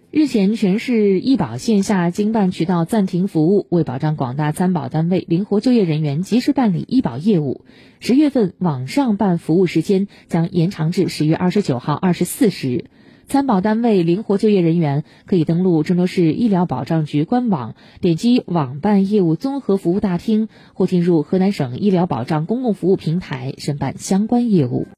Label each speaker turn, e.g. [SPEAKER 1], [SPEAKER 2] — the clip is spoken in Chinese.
[SPEAKER 1] 日前，全市医保线下经办渠道暂停服务，为保障广大参保单位灵活就业人员及时办理医保业务，10月份网上办服务时间将延长至10月29号24时。参保单位灵活就业人员可以登录郑州市医疗保障局官网，点击网办业务综合服务大厅，或进入河南省医疗保障公共服务平台申办相关业务。